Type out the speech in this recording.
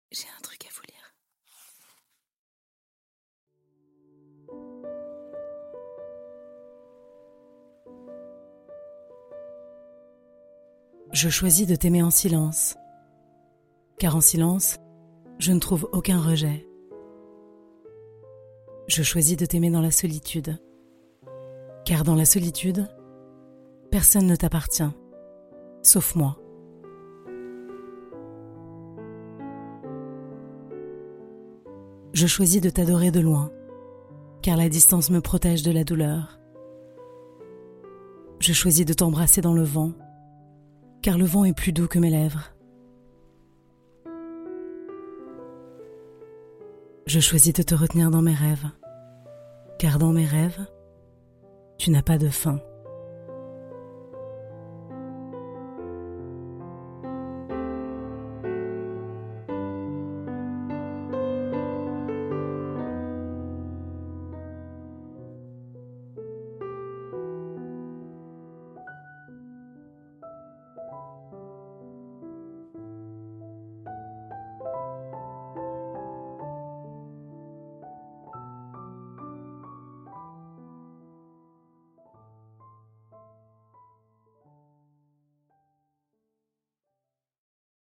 J'ai un truc à vous lire. Je choisis de t'aimer en silence, car en silence, je ne trouve aucun rejet. Je choisis de t'aimer dans la solitude, car dans la solitude, personne ne t'appartient, sauf moi. Je choisis de t'adorer de loin, car la distance me protège de la douleur. Je choisis de t'embrasser dans le vent, car le vent est plus doux que mes lèvres. Je choisis de te retenir dans mes rêves, car dans mes rêves, tu n'as pas de fin.